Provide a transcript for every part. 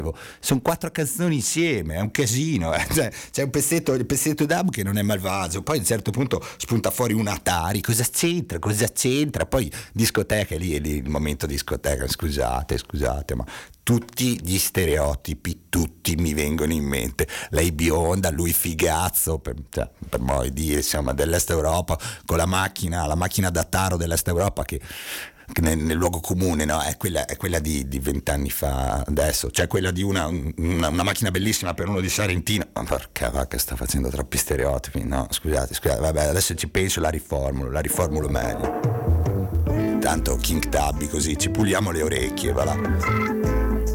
sono 4 canzoni insieme, è un casino, cioè, c'è un pezzetto, il pezzetto dub che non è malvagio, poi a un certo punto spunta fuori un Atari, cosa c'entra, poi discoteca, lì è lì il momento discoteca, scusate, ma tutti gli stereotipi, tutti mi vengono in mente, lei bionda, lui figazzo, per modo di dire, insomma, dell'Est Europa, con la macchina da taro dell'Est Europa che nel luogo comune, no? È quella di 20 anni fa adesso, cioè quella di una macchina bellissima per uno di Sarentino. Ma porca vacca, sta facendo troppi stereotipi, no? Scusate, vabbè, adesso ci penso, la riformulo meglio. Tanto King Tubby, così ci puliamo le orecchie, va là.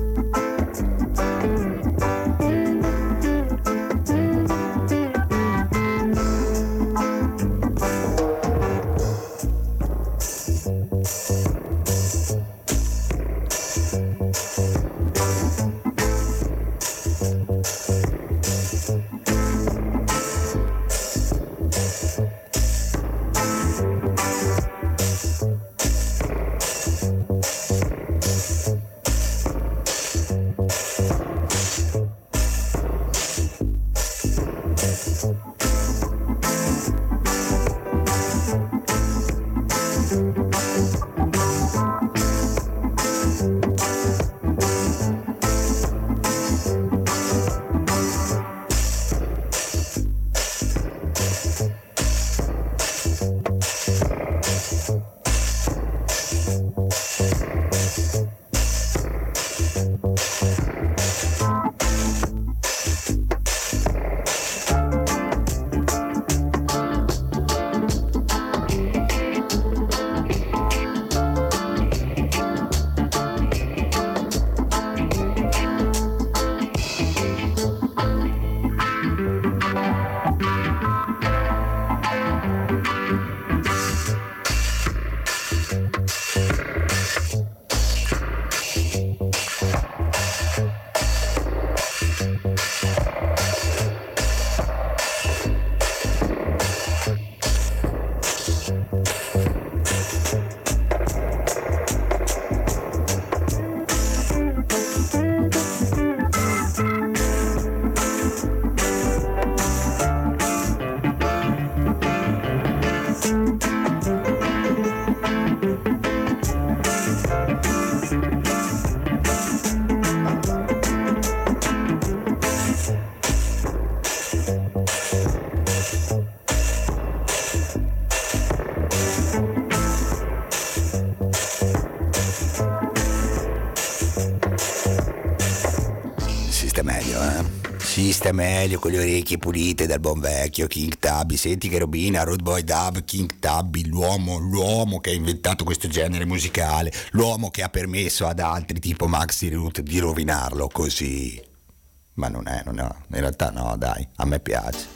Sì, sta meglio con le orecchie pulite dal buon vecchio King Tubby. Senti che robina, Road Boy Dub, King Tubby, l'uomo che ha inventato questo genere musicale, l'uomo che ha permesso ad altri tipo Maxi Root di rovinarlo così. Ma non è, in realtà no, dai, a me piace.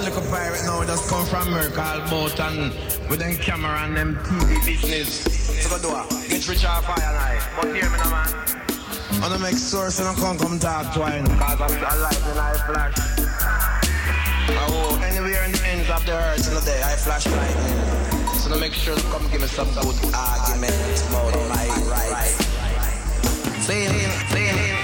little pirate now just come from America all boat and with them camera and them TV business. So go do it. Get rich off fire night. But hear me now, man. I wanna make sure so don't come talk to him, cause I light and I flash. Oh, anywhere in the ends of the earth in the day, I flash lightning. So to make sure to come give me some good argument about my right. Say him.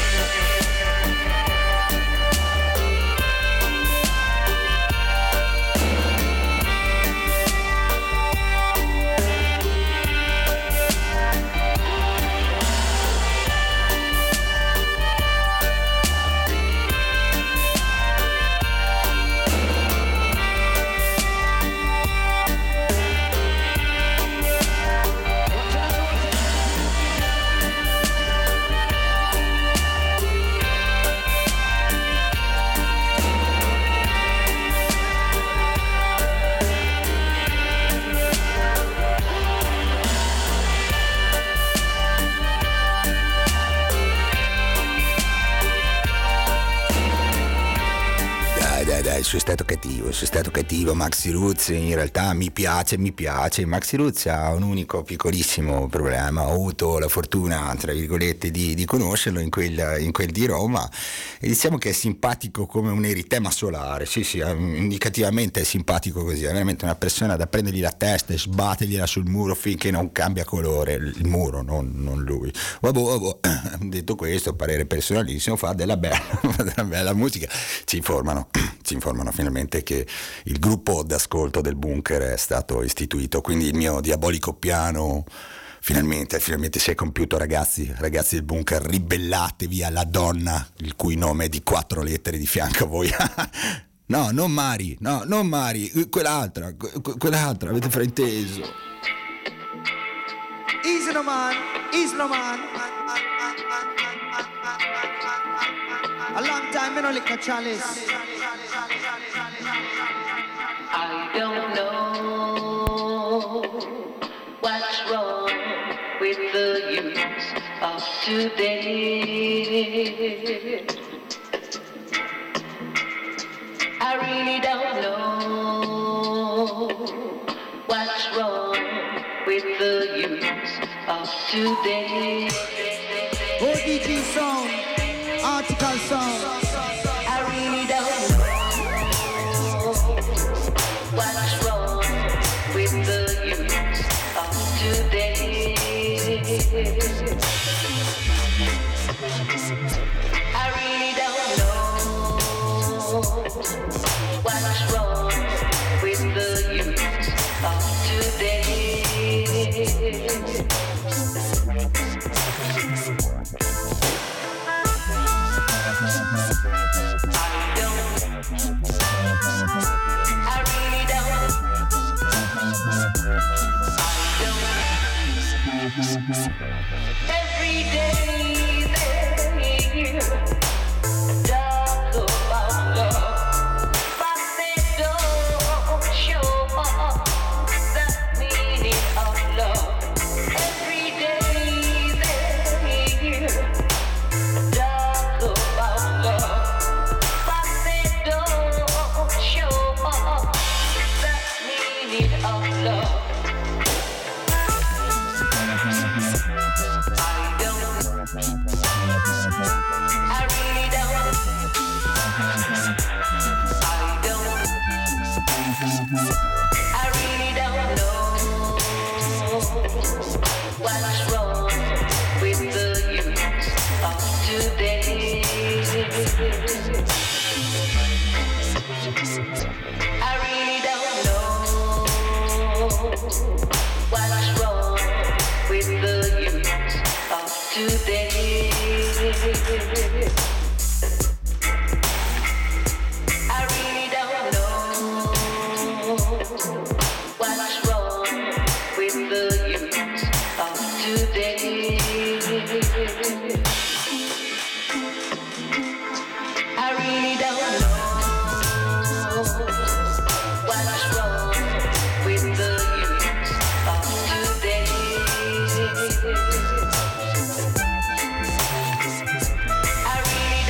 Sono stato cattivo. Maxi Roots in realtà mi piace. Maxi Roots ha un unico piccolissimo problema. Ho avuto la fortuna, tra virgolette, di conoscerlo in quel di Roma, e diciamo che è simpatico come un eritema solare. Sì, indicativamente è simpatico così, è veramente una persona da prendergli la testa e sbattergliela sul muro finché non cambia colore il muro, non lui. Vabbè. Detto questo, parere personalissimo, fa della bella musica. Ci informano finalmente che il gruppo d'ascolto del bunker è stato istituito, quindi il mio diabolico piano finalmente si è compiuto. Ragazzi del bunker, ribellatevi alla donna il cui nome è di 4 lettere di fianco a voi. No, non Mari, quell'altra, avete frainteso. Easy no man. A long time me no lick a chalice. I don't know what's wrong with the youth of today. I really don't know what's wrong with the youth of today. ODG song, article song. I really don't know what's wrong with the youth of today. I really don't know what's wrong with the youth of today. Every day they talk about love, but they don't show the meaning of love. Every day they talk about love, but they don't show the meaning of love. I really don't know what's wrong with the youth of today. I really don't know what's wrong with the youth of today. I really don't know what's wrong with the youth of today. I really don't know what's wrong with the youth of today. I really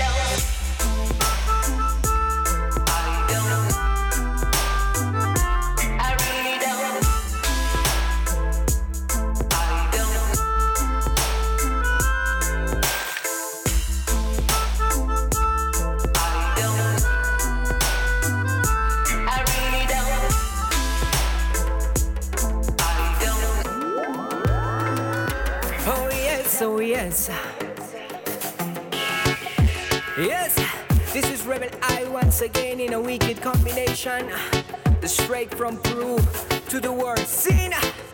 yes. Yes, this is Rebel I once again in a wicked combination. Straight from Peru to the world scene.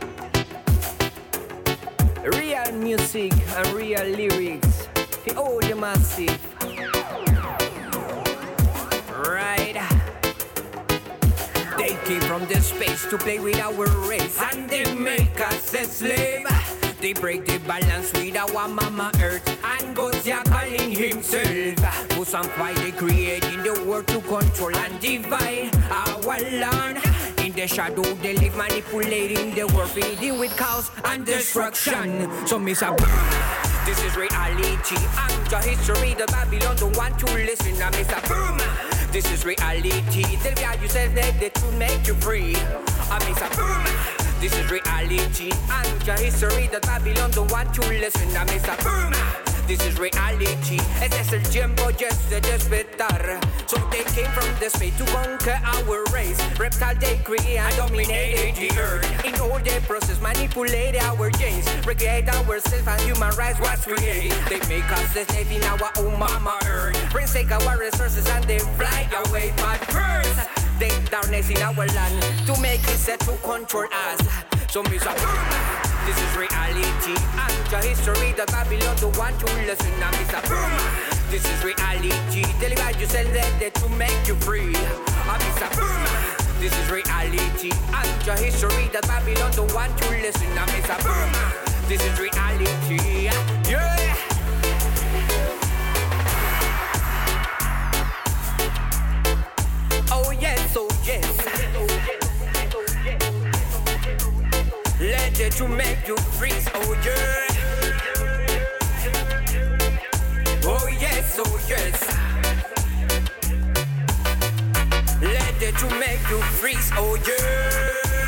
Real music and real lyrics. The old massive. Right. They came from the space to play with our race, and they make us a slave. They break the balance with our mama earth, and God's calling himself. For some fight they create in the world to control and divide our land. In the shadow they live manipulating the world, feeding with chaos and destruction. So Miss this is reality and the history. The Babylon don't want to listen. I miss a boom. This is reality. Tell me how you said that they to make you free. I miss a boom. This is reality and the history. The Babylon don't want to listen. I miss a boom. This is reality. Ese es el tiempo just de despertar. So they came from the space to conquer our race. Reptile they create and dominated the earth. In all their process manipulate our genes. Recreate ourselves and human rights was created. They make us the slave in our own mama earth. Prince take our resources and they fly away. But first they darkness in our land to make it set to control us. So Miss this is reality and the history. The Babylon don't want to listen. I miss a boom. This is reality. Deliver yourself that to make you free. I miss a boom. This is reality and the history. The Babylon don't want to listen. I miss a boom. This is reality. Yeah. Oh yes, oh yes. Let it to make you freeze, oh yeah. Oh yes, oh yes. Let it to make you freeze, oh yeah.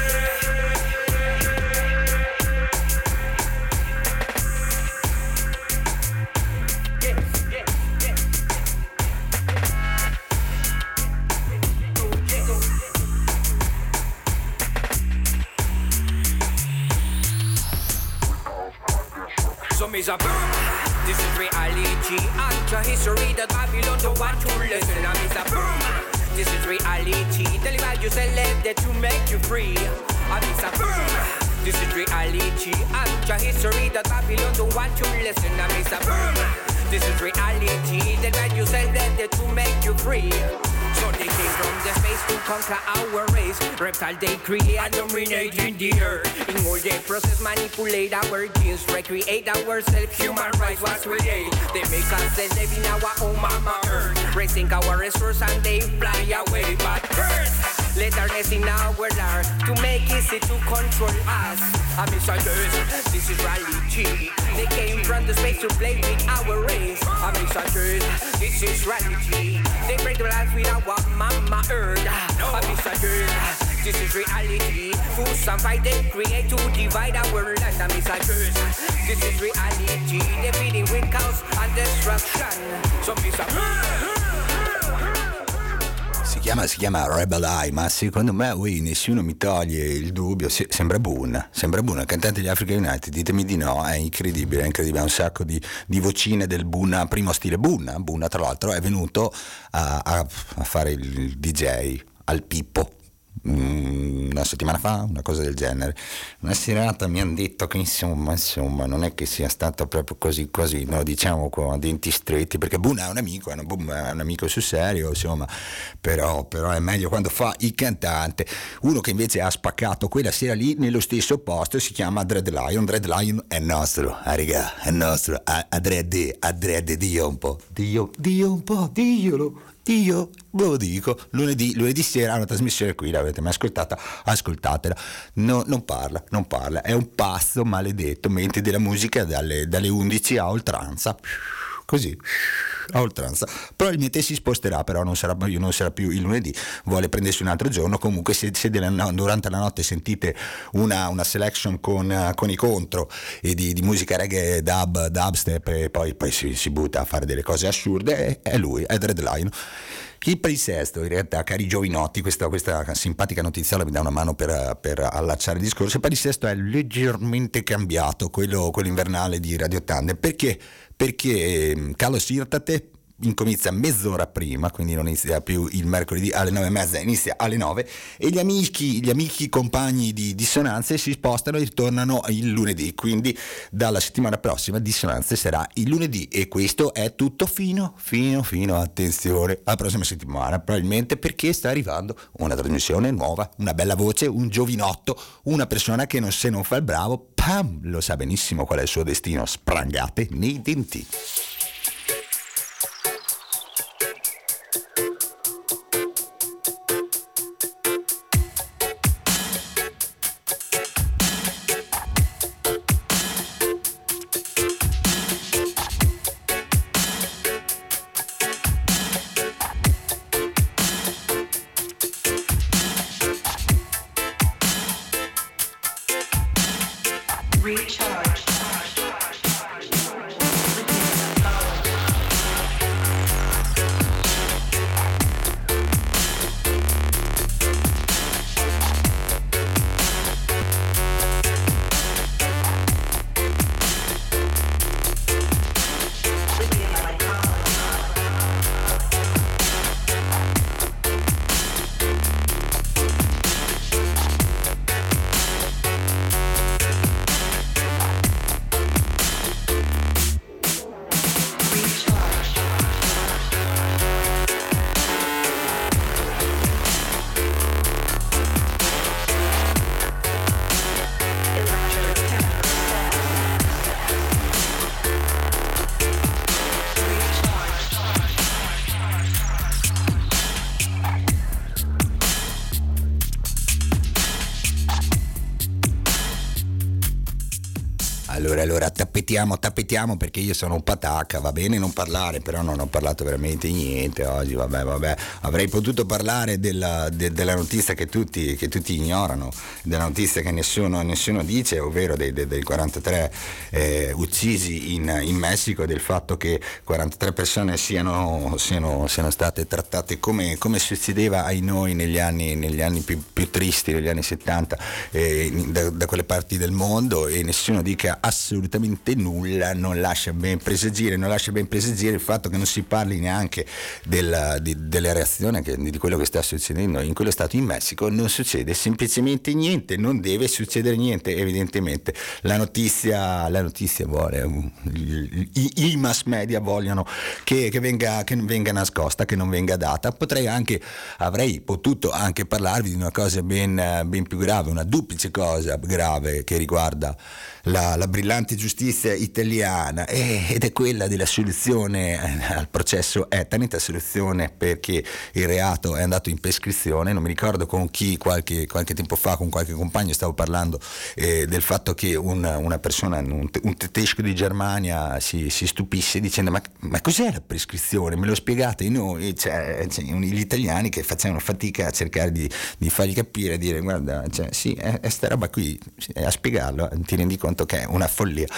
Is a boom. This is reality and the history. The Babylon don't want to listen. I miss a boom. This is reality. Deliver yourself that to make you free. I miss a boom. This is reality and the history. The Babylon don't want to listen. I miss a boom. This is reality. Deliver yourself that to make you free. So they came from the space to conquer our race. Reptile they create and dominate in the earth. In all their process manipulate our genes. Recreate ourselves, human rights was created. They make us live in our own mama earth. Raising our resource and they fly away. But first, let darkness in our land to make it easy to control us. I miss a this is reality. They came from the space to play with our race. I miss a this is reality. They break the lines with our mama earth. I miss a this is reality. Who some fight they create to divide our land. I miss a this is reality. They feeding with chaos and destruction. So miss a Si chiama Rebel Eye, ma secondo me nessuno mi toglie il dubbio. Sembra Boone, il cantante degli Africa United. Ditemi di no, è incredibile, ha un sacco di vocine del Boone, primo stile Boone. Boone tra l'altro è venuto a fare il DJ al Pippo una settimana fa, una cosa del genere. Una serata mi hanno detto che insomma non è che sia stato proprio così, no, diciamo con denti stretti, perché Boone è un amico sul serio, insomma, però è meglio quando fa il cantante. Uno che invece ha spaccato quella sera lì nello stesso posto si chiama Dread Lion è nostro, raga, è nostro, a Dread, Dio un po', diglielo. Io ve lo dico, lunedì sera una trasmissione qui, l'avete mai ascoltata? Ascoltatela. No, non parla, è un pazzo maledetto, mente della musica dalle 11 a oltranza, così, a oltranza. Probabilmente si sposterà, però non sarà più il lunedì, vuole prendersi un altro giorno. Comunque se durante la notte sentite una selection con i contro e di musica reggae, dubstep, e poi si butta a fare delle cose assurde, è lui, è Dread Lion. Il palinsesto, in realtà, cari giovinotti, questa simpatica notiziola mi dà una mano per allacciare il discorso. Il palinsesto è leggermente cambiato, quello invernale di Radio Tandem. Perché? Perché Carlos Irtate incomincia mezz'ora prima, quindi non inizia più il mercoledì alle 9:30, inizia alle 9, e gli amici compagni di Dissonanze si spostano e tornano il lunedì, quindi dalla settimana prossima Dissonanze sarà il lunedì, e questo è tutto fino, attenzione, alla prossima settimana probabilmente, perché sta arrivando una trasmissione nuova, una bella voce, un giovinotto, una persona che se non fa il bravo, pam, lo sa benissimo qual è il suo destino, sprangate nei denti. Allora tappetiamo perché io sono un patacca, va bene non parlare, però non ho parlato veramente niente oggi, vabbè, avrei potuto parlare della notizia che tutti ignorano, della notizia che nessuno dice, ovvero dei 43 uccisi in Messico, del fatto che 43 persone siano state trattate come succedeva ai noi negli anni più tristi, negli anni 70 da quelle parti del mondo, e nessuno dica assolutamente nulla, non lascia ben presagire il fatto che non si parli neanche delle reazioni di quello che sta succedendo in quello stato in Messico. Non succede semplicemente niente, non deve succedere niente, evidentemente la notizia vuole, i mass media vogliono che venga nascosta, che non venga data. Avrei potuto anche parlarvi di una cosa ben più grave, una duplice cosa grave che riguarda la brillante giustizia italiana, ed è quella della soluzione al processo Eternit, soluzione perché il reato è andato in prescrizione. Non mi ricordo con chi, qualche tempo fa, con qualche compagno stavo parlando del fatto che una persona, un tedesco di Germania si stupisse dicendo ma cos'è la prescrizione, me lo spiegate? Noi gli italiani che facevano fatica a cercare di fargli capire, a dire guarda, sì, è sta roba qui, a spiegarlo, ti rendi conto che è una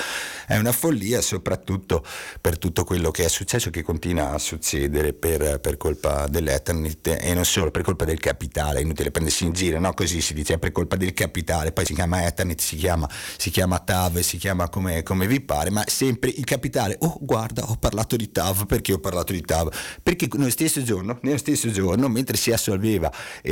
follia, soprattutto per tutto quello che è successo, che continua a succedere per colpa dell'Eternit, e non solo, per colpa del capitale. È inutile prendersi in giro, no? Così si dice, è per colpa del capitale, poi si chiama Eternit, si chiama TAV, si chiama come vi pare, ma sempre il capitale. Oh guarda, ho parlato di TAV, perché ho parlato di TAV? Perché nello stesso giorno, mentre si assolveva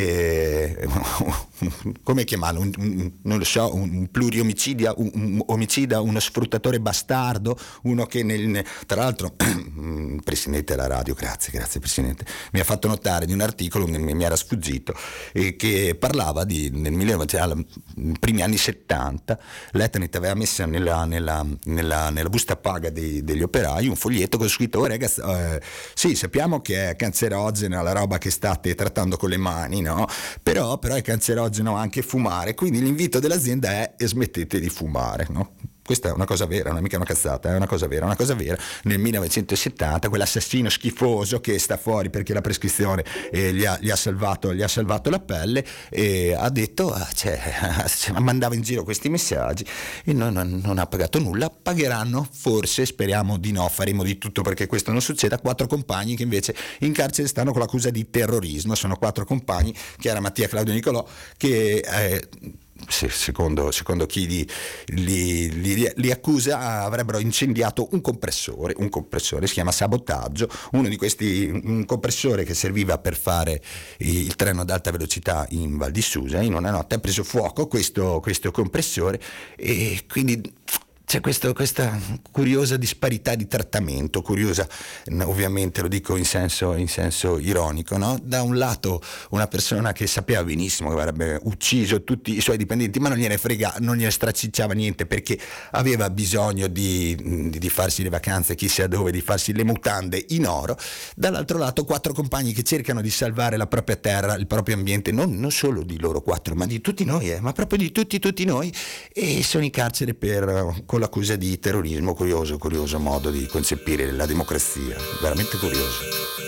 come chiamarlo, non lo so, un pluriomicida, un omicida, uno sfruttatore bastardo, uno che tra l'altro Presidente della radio, grazie Presidente, mi ha fatto notare di un articolo, mi era sfuggito, che parlava nei primi anni 70 l'Eternit aveva messo nella busta paga degli operai un foglietto con scritto: oh ragazzi, sì, sappiamo che è cancerogena la roba che state trattando con le mani, no? Però è cancerogeno anche fumare, quindi l'invito dell'azienda è smettete di fumare, no? questa è una cosa vera, non è mica una cazzata, è una cosa vera. Nel 1970 quell'assassino schifoso che sta fuori perché la prescrizione gli ha salvato la pelle, e ha detto, mandava in giro questi messaggi e non ha pagato nulla. Pagheranno forse, speriamo di no, faremo di tutto perché questo non succeda, 4 compagni che invece in carcere stanno con l'accusa di terrorismo. Sono 4 compagni, Chiara, Mattia, Claudio, Nicolò, che secondo chi li accusa avrebbero incendiato un compressore, si chiama sabotaggio, uno di questi, un compressore che serviva per fare il treno ad alta velocità in Val di Susa. In una notte ha preso fuoco questo compressore, e quindi c'è questa curiosa disparità di trattamento, curiosa, ovviamente lo dico in senso ironico, no? Da un lato una persona che sapeva benissimo che avrebbe ucciso tutti i suoi dipendenti, ma non gliene stracicciava niente perché aveva bisogno di farsi le vacanze chissà dove, di farsi le mutande in oro. Dall'altro lato 4 compagni che cercano di salvare la propria terra, il proprio ambiente, non solo di loro 4, ma di tutti noi, ma proprio di tutti noi, e sono in carcere con l'accusa di terrorismo. Curioso modo di concepire la democrazia, veramente curioso.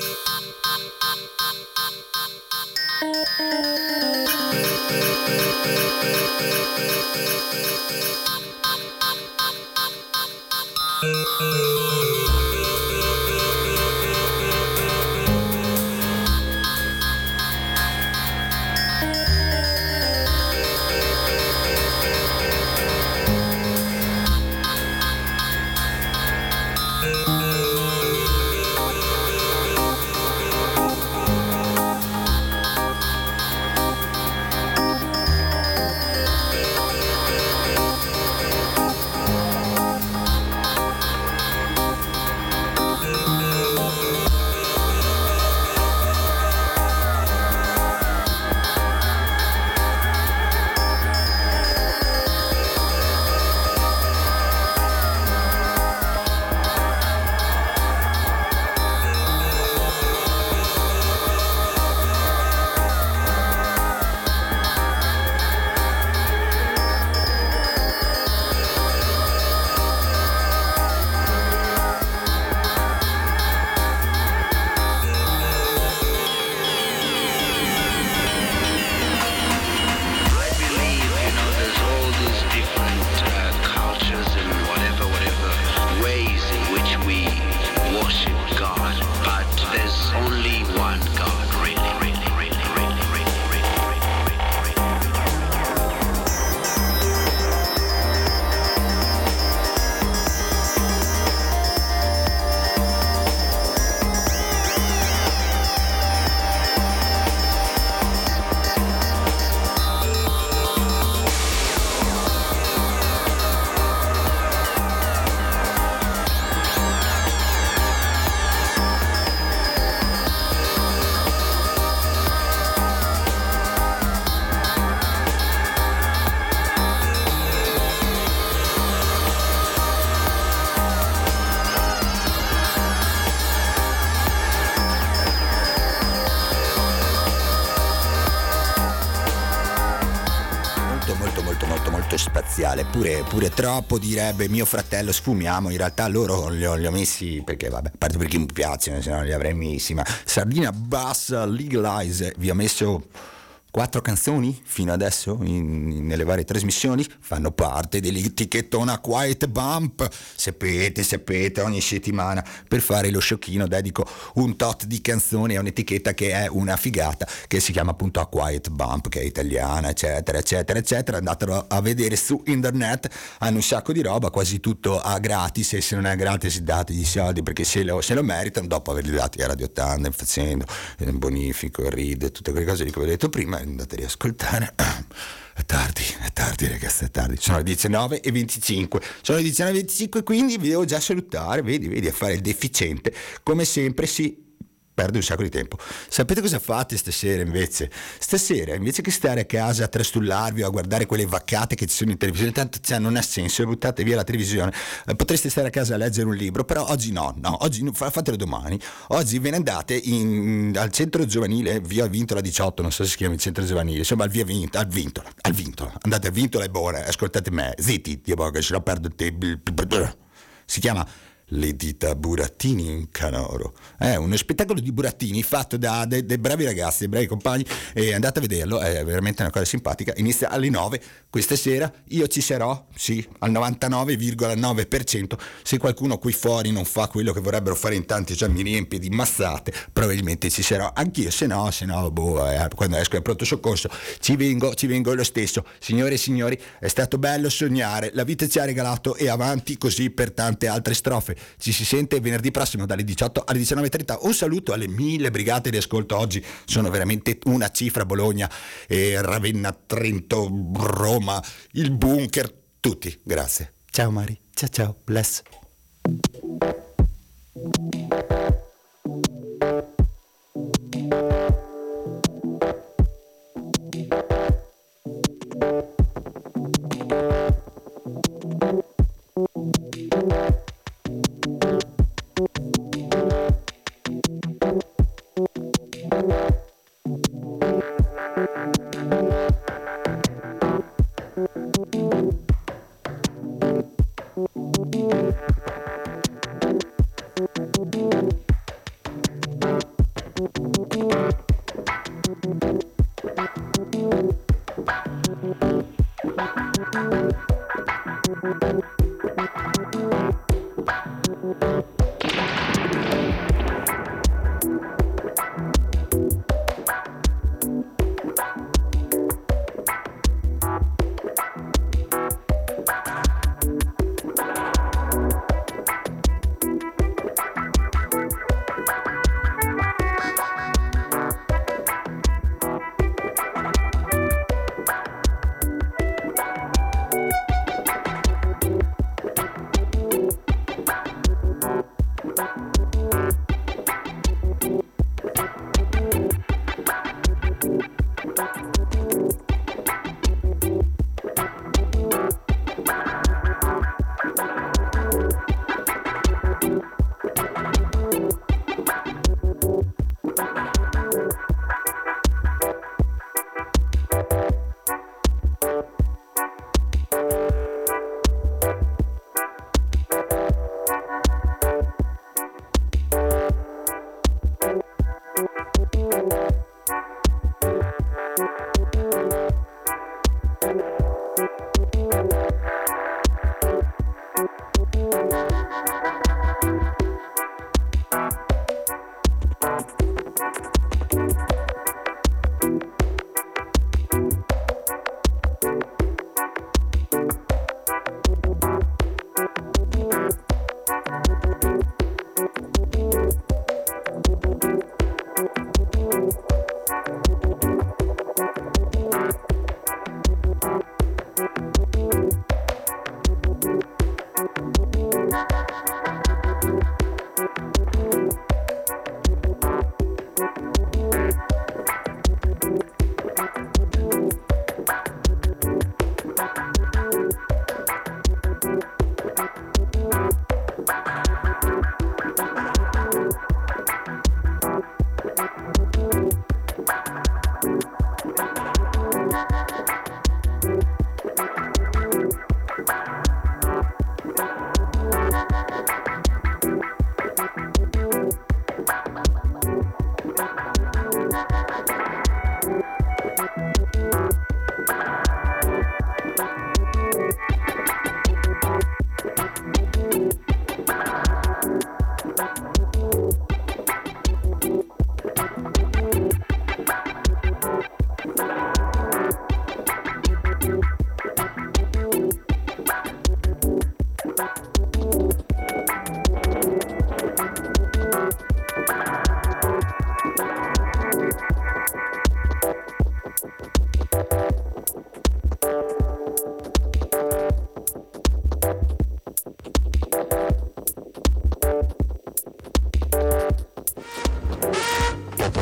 spaziale, pure troppo, direbbe mio fratello, sfumiamo. In realtà loro li ho messi perché vabbè, a parte perché mi piacciono, se no li avrei messi, ma Sardina Bass Legalize vi ho messo 4 canzoni fino adesso nelle varie trasmissioni, fanno parte dell'etichettona Quiet Bump. Sapete, ogni settimana per fare lo sciocchino dedico un tot di canzoni a un'etichetta che è una figata, che si chiama appunto A Quiet Bump, che è italiana, eccetera eccetera eccetera. Andatelo a vedere su internet, hanno un sacco di roba, quasi tutto a gratis, e se non è gratis dategli i soldi perché se lo meritano, dopo averli dati a Radio Tandem facendo il bonifico, il read, tutte quelle cose che vi ho detto prima. Andate a riascoltare. È tardi ragazzi, è tardi, sono le 19:25, quindi vi devo già salutare, vedi, a fare il deficiente, come sempre. Sì, perde un sacco di tempo. Sapete cosa fate stasera invece? Stasera, invece che stare a casa a trastullarvi o a guardare quelle vaccate che ci sono in televisione, tanto non ha senso, buttate via la televisione, potreste stare a casa a leggere un libro, però oggi no, oggi fatelo domani. Oggi ve ne andate al centro giovanile, via Vintola 18, non so se si chiama il centro giovanile, insomma al Vintola, andate a Vintola e buona, ascoltate me, zitti, che se no perdo il tempo. Si chiama Le dita Burattini in Canoro. È uno spettacolo di burattini fatto da dei bravi ragazzi, dei bravi compagni, e andate a vederlo, è veramente una cosa simpatica. Inizia alle 9 questa sera, io ci sarò, sì, al 99,9%. Se qualcuno qui fuori non fa quello che vorrebbero fare in tanti, cioè mi riempie di mazzate, probabilmente ci sarò anch'io, se no quando esco al pronto soccorso ci vengo lo stesso. Signore e signori, è stato bello sognare, la vita ci ha regalato, e avanti così per tante altre strofe. Ci si sente venerdì prossimo dalle 18 alle 19:30. Un saluto alle 1000 brigate di ascolto, oggi sono veramente una cifra. Bologna, Ravenna, Trento, Roma, il bunker, tutti, grazie. Ciao Mari, ciao, bless.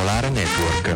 Popolare Network.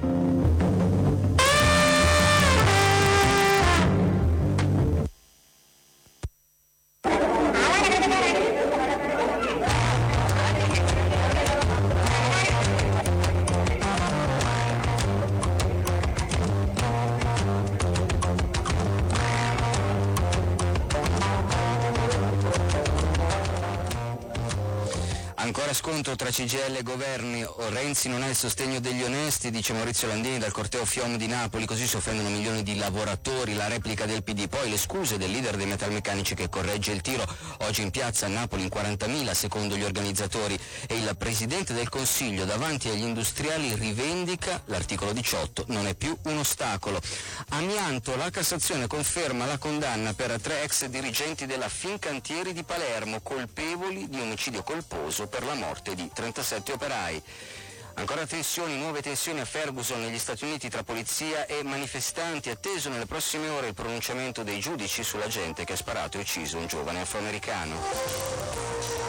Ancora scontro tra CGIL e governi. Renzi non ha il sostegno degli onesti, dice Maurizio Landini dal corteo FIOM di Napoli, così si offendono milioni di lavoratori, la replica del PD, poi le scuse del leader dei metalmeccanici che corregge il tiro, oggi in piazza a Napoli in 40.000 secondo gli organizzatori, e il Presidente del Consiglio davanti agli industriali rivendica l'articolo 18, non è più un ostacolo. Amianto, la Cassazione conferma la condanna per 3 ex dirigenti della Fincantieri di Palermo, colpevoli di omicidio colposo per la morte di 37 operai. Ancora tensioni, nuove tensioni a Ferguson negli Stati Uniti tra polizia e manifestanti, atteso nelle prossime ore il pronunciamento dei giudici sull'agente che ha sparato e ucciso un giovane afroamericano.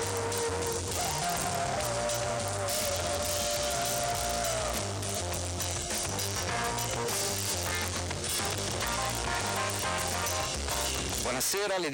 Buonasera, alle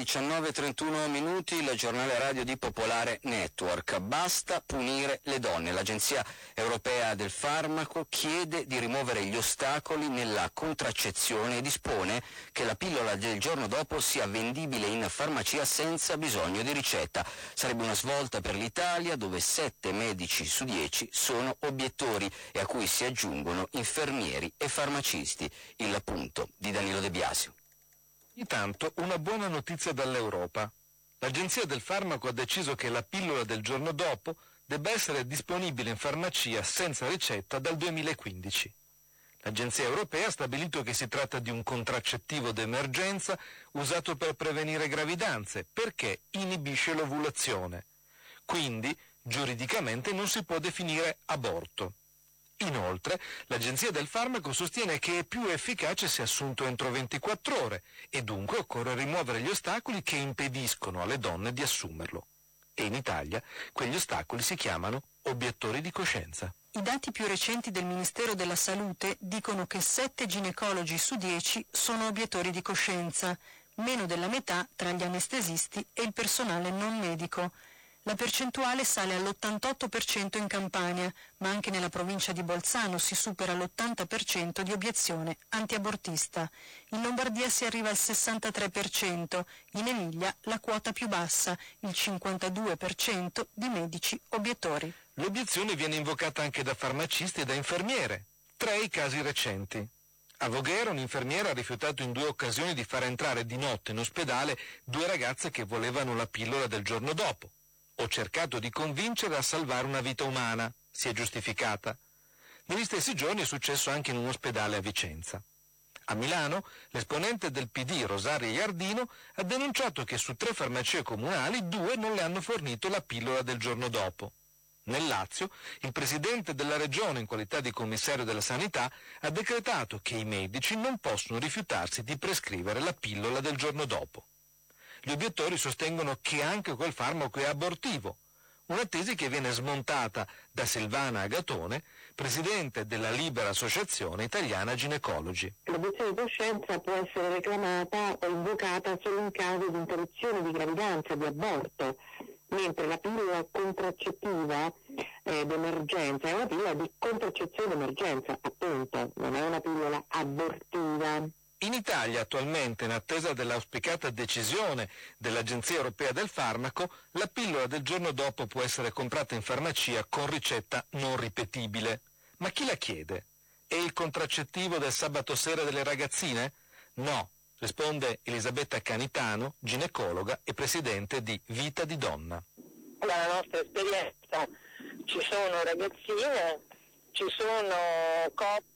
19:31, il giornale radio di Popolare Network. Basta punire le donne. L'Agenzia Europea del Farmaco chiede di rimuovere gli ostacoli nella contraccezione e dispone che la pillola del giorno dopo sia vendibile in farmacia senza bisogno di ricetta. Sarebbe una svolta per l'Italia, dove 7 medici su 10 sono obiettori e a cui si aggiungono infermieri e farmacisti. Il punto di Danilo De Biasio. Intanto una buona notizia dall'Europa. L'Agenzia del Farmaco ha deciso che la pillola del giorno dopo debba essere disponibile in farmacia senza ricetta dal 2015. L'Agenzia Europea ha stabilito che si tratta di un contraccettivo d'emergenza usato per prevenire gravidanze, perché inibisce l'ovulazione. Quindi, giuridicamente non si può definire aborto. Inoltre, l'Agenzia del Farmaco sostiene che è più efficace se assunto entro 24 ore e dunque occorre rimuovere gli ostacoli che impediscono alle donne di assumerlo. E in Italia quegli ostacoli si chiamano obiettori di coscienza. I dati più recenti del Ministero della Salute dicono che 7 ginecologi su 10 sono obiettori di coscienza, meno della metà tra gli anestesisti e il personale non medico. La percentuale sale all'88% in Campania, ma anche nella provincia di Bolzano si supera l'80% di obiezione antiabortista. In Lombardia si arriva al 63%, in Emilia la quota più bassa, il 52% di medici obiettori. L'obiezione viene invocata anche da farmacisti e da infermiere. 3 i casi recenti. A Voghera un'infermiera ha rifiutato in 2 occasioni di far entrare di notte in ospedale 2 ragazze che volevano la pillola del giorno dopo. Ho cercato di convincere a salvare una vita umana, si è giustificata. Negli stessi giorni è successo anche in un ospedale a Vicenza. A Milano, l'esponente del PD Rosaria Iardino ha denunciato che su 3 farmacie comunali 2 non le hanno fornito la pillola del giorno dopo. Nel Lazio, il presidente della regione, in qualità di commissario della sanità, ha decretato che i medici non possono rifiutarsi di prescrivere la pillola del giorno dopo. Gli obiettori sostengono che anche quel farmaco è abortivo, una tesi che viene smontata da Silvana Agatone, presidente della Libera Associazione Italiana Ginecologi. L'obiezione di coscienza può essere reclamata o invocata solo in caso di interruzione di gravidanza, di aborto, mentre la pillola contraccettiva d'emergenza è una pillola di contraccezione d'emergenza, appunto, non è una pillola abortiva. In Italia attualmente, in attesa dell'auspicata decisione dell'Agenzia Europea del Farmaco, la pillola del giorno dopo può essere comprata in farmacia con ricetta non ripetibile. Ma chi la chiede? È il contraccettivo del sabato sera delle ragazzine? No, risponde Elisabetta Canitano, ginecologa e presidente di Vita di Donna. Dalla nostra esperienza ci sono ragazzine, ci sono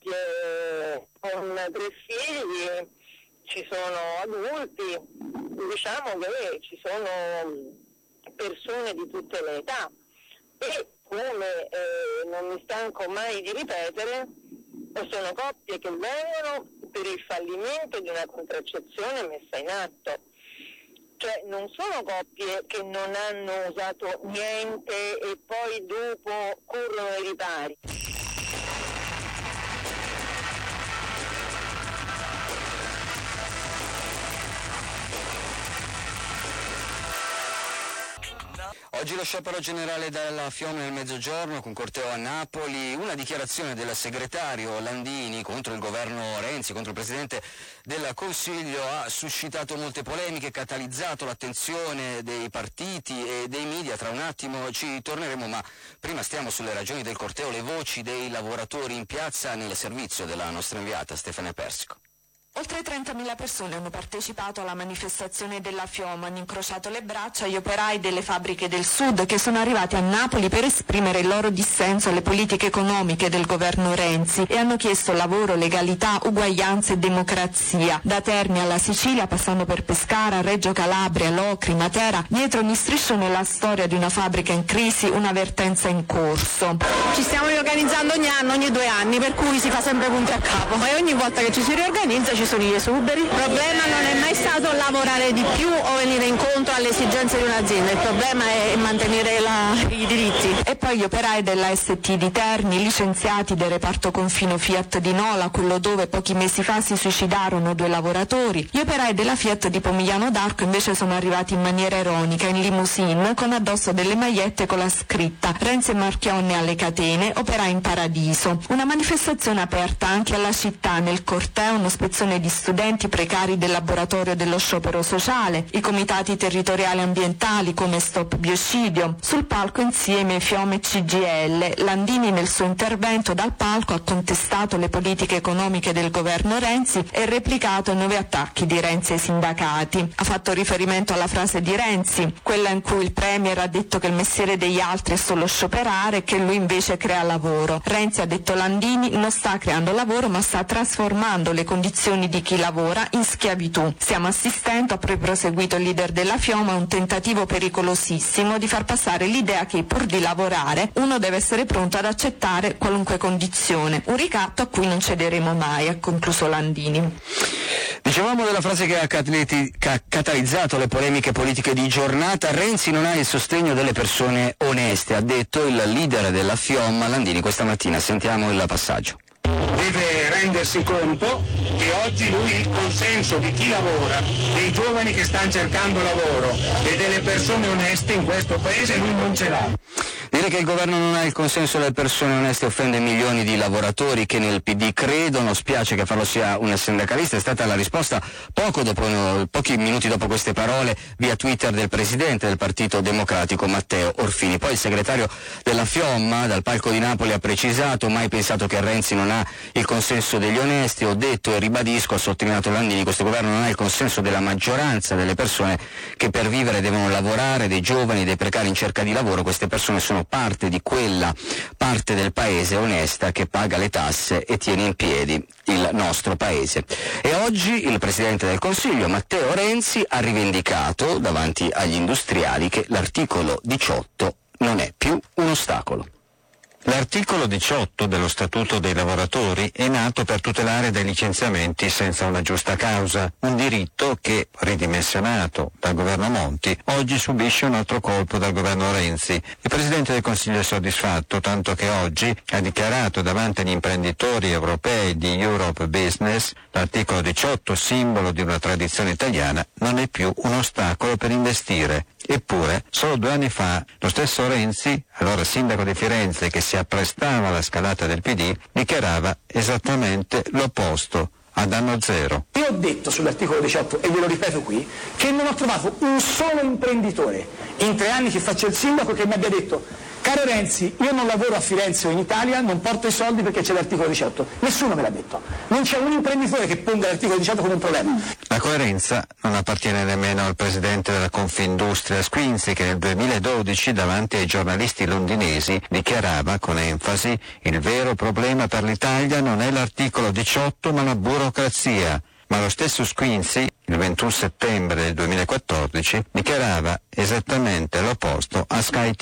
coppie con 3 figli, ci sono adulti, diciamo che ci sono persone di tutte le età e come non mi stanco mai di ripetere, sono coppie che vengono per il fallimento di una contraccezione messa in atto. Cioè non sono coppie che non hanno usato niente e poi dopo corrono ai ripari. Oggi lo sciopero generale dalla FIOM nel mezzogiorno con corteo a Napoli, una dichiarazione del segretario Landini contro il governo Renzi, contro il Presidente del Consiglio ha suscitato molte polemiche, catalizzato l'attenzione dei partiti e dei media. Tra un attimo ci torneremo, ma prima stiamo sulle ragioni del corteo, le voci dei lavoratori in piazza nel servizio della nostra inviata Stefania Persico. Oltre 30.000 persone hanno partecipato alla manifestazione della FIOM, hanno incrociato le braccia agli operai delle fabbriche del Sud che sono arrivati a Napoli per esprimere il loro dissenso alle politiche economiche del governo Renzi e hanno chiesto lavoro, legalità, uguaglianza e democrazia. Da Terni alla Sicilia, passando per Pescara, Reggio Calabria, Locri, Matera, dietro ogni striscione la storia di una fabbrica in crisi, una vertenza in corso. Ci stiamo riorganizzando ogni anno, ogni 2 anni, per cui si fa sempre punti a capo e ogni volta che ci si riorganizza ci sono gli esuberi. Il problema non è mai stato lavorare di più o venire incontro alle esigenze di un'azienda, il problema è mantenere i diritti. E poi gli operai della ST di Terni, licenziati del reparto confino Fiat di Nola, quello dove pochi mesi fa si suicidarono 2 lavoratori. Gli operai della Fiat di Pomigliano d'Arco invece sono arrivati in maniera ironica in limousine con addosso delle magliette con la scritta Renzi e Marchionne alle catene, operai in paradiso. Una manifestazione aperta anche alla città, nel corteo uno spezzone di studenti precari del laboratorio dello sciopero sociale, i comitati territoriali ambientali come Stop Biocidio, sul palco insieme FIOM e CGIL. Landini nel suo intervento dal palco ha contestato le politiche economiche del governo Renzi e replicato 9 attacchi di Renzi ai sindacati. Ha fatto riferimento alla frase di Renzi, quella in cui il premier ha detto che il mestiere degli altri è solo scioperare e che lui invece crea lavoro. Renzi, ha detto Landini, non sta creando lavoro ma sta trasformando le condizioni di chi lavora in schiavitù. Stiamo assistendo, ha poi proseguito il leader della FIOM, a un tentativo pericolosissimo di far passare l'idea che pur di lavorare uno deve essere pronto ad accettare qualunque condizione, un ricatto a cui non cederemo mai, ha concluso Landini. Dicevamo della frase che ha catalizzato le polemiche politiche di giornata. Renzi non ha il sostegno delle persone oneste, ha detto il leader della FIOM Landini questa mattina. Sentiamo il passaggio. Deve rendersi conto che oggi lui il consenso di chi lavora, dei giovani che stanno cercando lavoro e delle persone oneste in questo paese lui non ce l'ha. Dire che il governo non ha il consenso delle persone oneste offende milioni di lavoratori che nel PD credono. Spiace che farlo sia un sindacalista. È stata la risposta pochi minuti dopo queste parole via Twitter del presidente del Partito Democratico Matteo Orfini. Poi il segretario della FIOM dal palco di Napoli ha precisato: mai pensato che Renzi non ha il consenso degli onesti, ho detto e ribadisco, ha sottolineato Landini, questo governo non ha il consenso della maggioranza delle persone che per vivere devono lavorare, dei giovani, dei precari in cerca di lavoro. Queste persone sono parte di quella parte del paese onesta che paga le tasse e tiene in piedi il nostro paese. E oggi il Presidente del Consiglio Matteo Renzi ha rivendicato davanti agli industriali che l'articolo 18 non è più un ostacolo. L'articolo 18 dello Statuto dei lavoratori è nato per tutelare dai licenziamenti senza una giusta causa, un diritto che, ridimensionato dal governo Monti, oggi subisce un altro colpo dal governo Renzi. Il Presidente del Consiglio è soddisfatto, tanto che oggi ha dichiarato davanti agli imprenditori europei di Europe Business l'articolo 18, simbolo di una tradizione italiana, non è più un ostacolo per investire. Eppure, solo 2 anni fa, lo stesso Renzi, allora sindaco di Firenze che si apprestava alla scalata del PD, dichiarava esattamente l'opposto, a danno zero. Io ho detto sull'articolo 18, e ve lo ripeto qui, che non ho trovato un solo imprenditore in 3 anni che faccio il sindaco che mi abbia detto: caro Renzi, io non lavoro a Firenze o in Italia, non porto i soldi perché c'è l'articolo 18. Nessuno me l'ha detto. Non c'è un imprenditore che ponga l'articolo 18 come un problema. La coerenza non appartiene nemmeno al presidente della Confindustria Squinzi, che nel 2012 davanti ai giornalisti londinesi dichiarava con enfasi: il vero problema per l'Italia non è l'articolo 18 ma la burocrazia. Ma lo stesso Squinzi, il 21 settembre del 2014, dichiarava esattamente l'opposto a Sky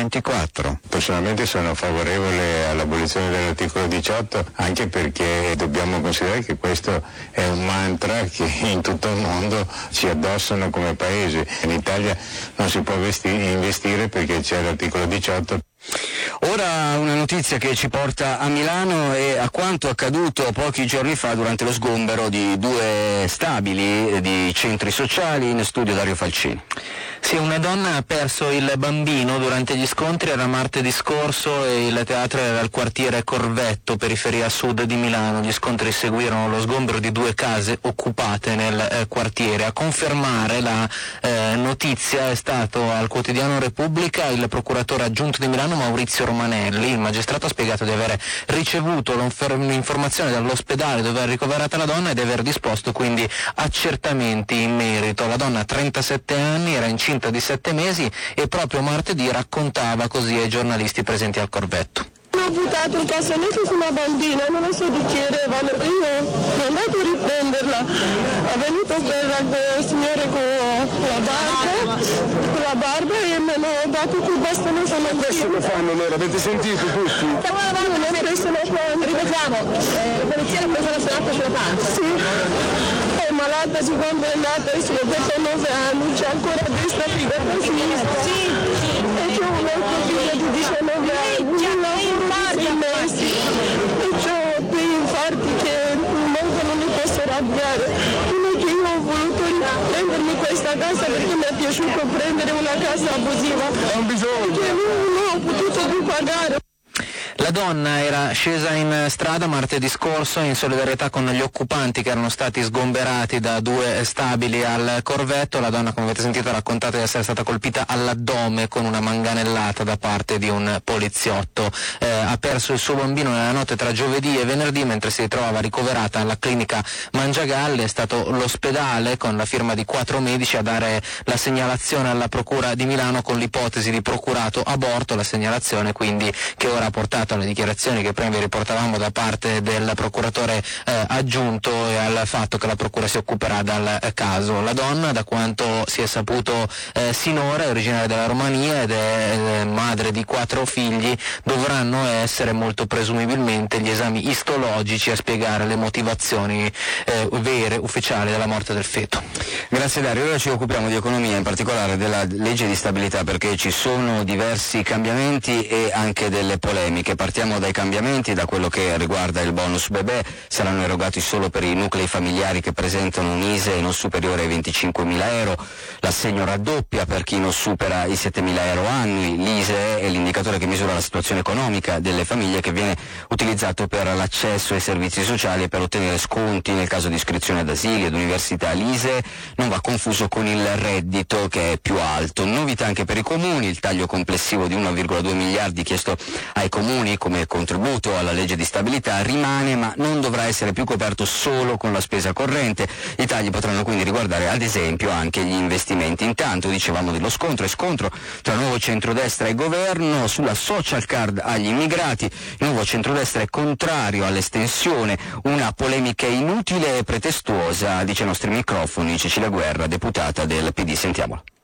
TG24. Personalmente sono favorevole all'abolizione dell'articolo 18, anche perché dobbiamo considerare che questo è un mantra che in tutto il mondo ci addossano come paese. In Italia non si può investire perché c'è l'articolo 18. Ora una notizia che ci porta a Milano e a quanto accaduto pochi giorni fa durante lo sgombero di 2 stabili di centri sociali. In studio Dario Falcini. Sì, una donna ha perso il bambino durante gli scontri, era martedì scorso e il teatro era al quartiere Corvetto, periferia sud di Milano. Gli scontri seguirono lo sgombero di 2 case occupate nel quartiere. A confermare la notizia è stato al quotidiano Repubblica il procuratore aggiunto di Milano Maurizio Romanelli. Il magistrato ha spiegato di aver ricevuto l'informazione dall'ospedale dove è ricoverata la donna e di aver disposto quindi accertamenti in merito. La donna ha 37 anni, era incinta di 7 mesi e proprio martedì raccontava così ai giornalisti presenti al Corvetto. Ho buttato il cassonetto su una bambina, non lo so di chi era, io sono andato a riprenderla. È venuto quel signore con la barba e me l'ho dato sul bastone sono Adesso lo fanno loro, avete sentito tutti? Non è preso la pancia. Ripetiamo, il poliziere ha preso la sonata sulla pancia. Sì. È malata, secondo è nata e si è detto 9 anni, c'è ancora a destra, figa a sinistra. Sì. E c'è un altro figlio di 19 anni. Mesi. E c'ho dei infarti che manco non mi posso arrabbiare. Quindi che io ho voluto riprendermi questa casa perché mi è piaciuto prendere una casa abusiva. Non bisogna. Perché non ho potuto più pagare. La donna era scesa in strada martedì scorso in solidarietà con gli occupanti che erano stati sgomberati da 2 stabili al Corvetto. La donna, come avete sentito, ha raccontato di essere stata colpita all'addome con una manganellata da parte di un poliziotto. Ha perso il suo bambino nella notte tra giovedì e venerdì mentre si ritrovava ricoverata alla clinica Mangiagalle. È stato l'ospedale con la firma di 4 medici a dare la segnalazione alla Procura di Milano con l'ipotesi di procurato aborto, la segnalazione quindi che ora ha portato alle dichiarazioni che prima vi riportavamo da parte del procuratore aggiunto e al fatto che la procura si occuperà del caso. La donna, da quanto si è saputo sinora, è originaria della Romania ed è madre di 4 figli. Dovranno essere molto presumibilmente gli esami istologici a spiegare le motivazioni vere, ufficiali della morte del feto. Grazie Dario, ora ci occupiamo di economia, in particolare della legge di stabilità, perché ci sono diversi cambiamenti e anche delle polemiche. Partiamo dai cambiamenti, da quello che riguarda il bonus bebè. Saranno erogati solo per i nuclei familiari che presentano un ISEE non superiore ai 25.000 euro, l'assegno raddoppia per chi non supera i 7.000 euro annui. L'ISEE è l'indicatore che misura la situazione economica delle famiglie, che viene utilizzato per l'accesso ai servizi sociali e per ottenere sconti nel caso di iscrizione ad asili ed università. L'ISEE non va confuso con il reddito, che è più alto. Novità anche per i comuni, il taglio complessivo di 1,2 miliardi chiesto ai comuni come contributo alla legge di stabilità rimane, ma non dovrà essere più coperto solo con la spesa corrente. I tagli potranno quindi riguardare ad esempio anche gli investimenti. Intanto dicevamo dello scontro tra nuovo centrodestra e governo sulla social card agli immigrati. Il nuovo centrodestra è contrario all'estensione, una polemica inutile e pretestuosa, dice ai nostri microfoni Cecilia Guerra, deputata del PD. Sentiamola.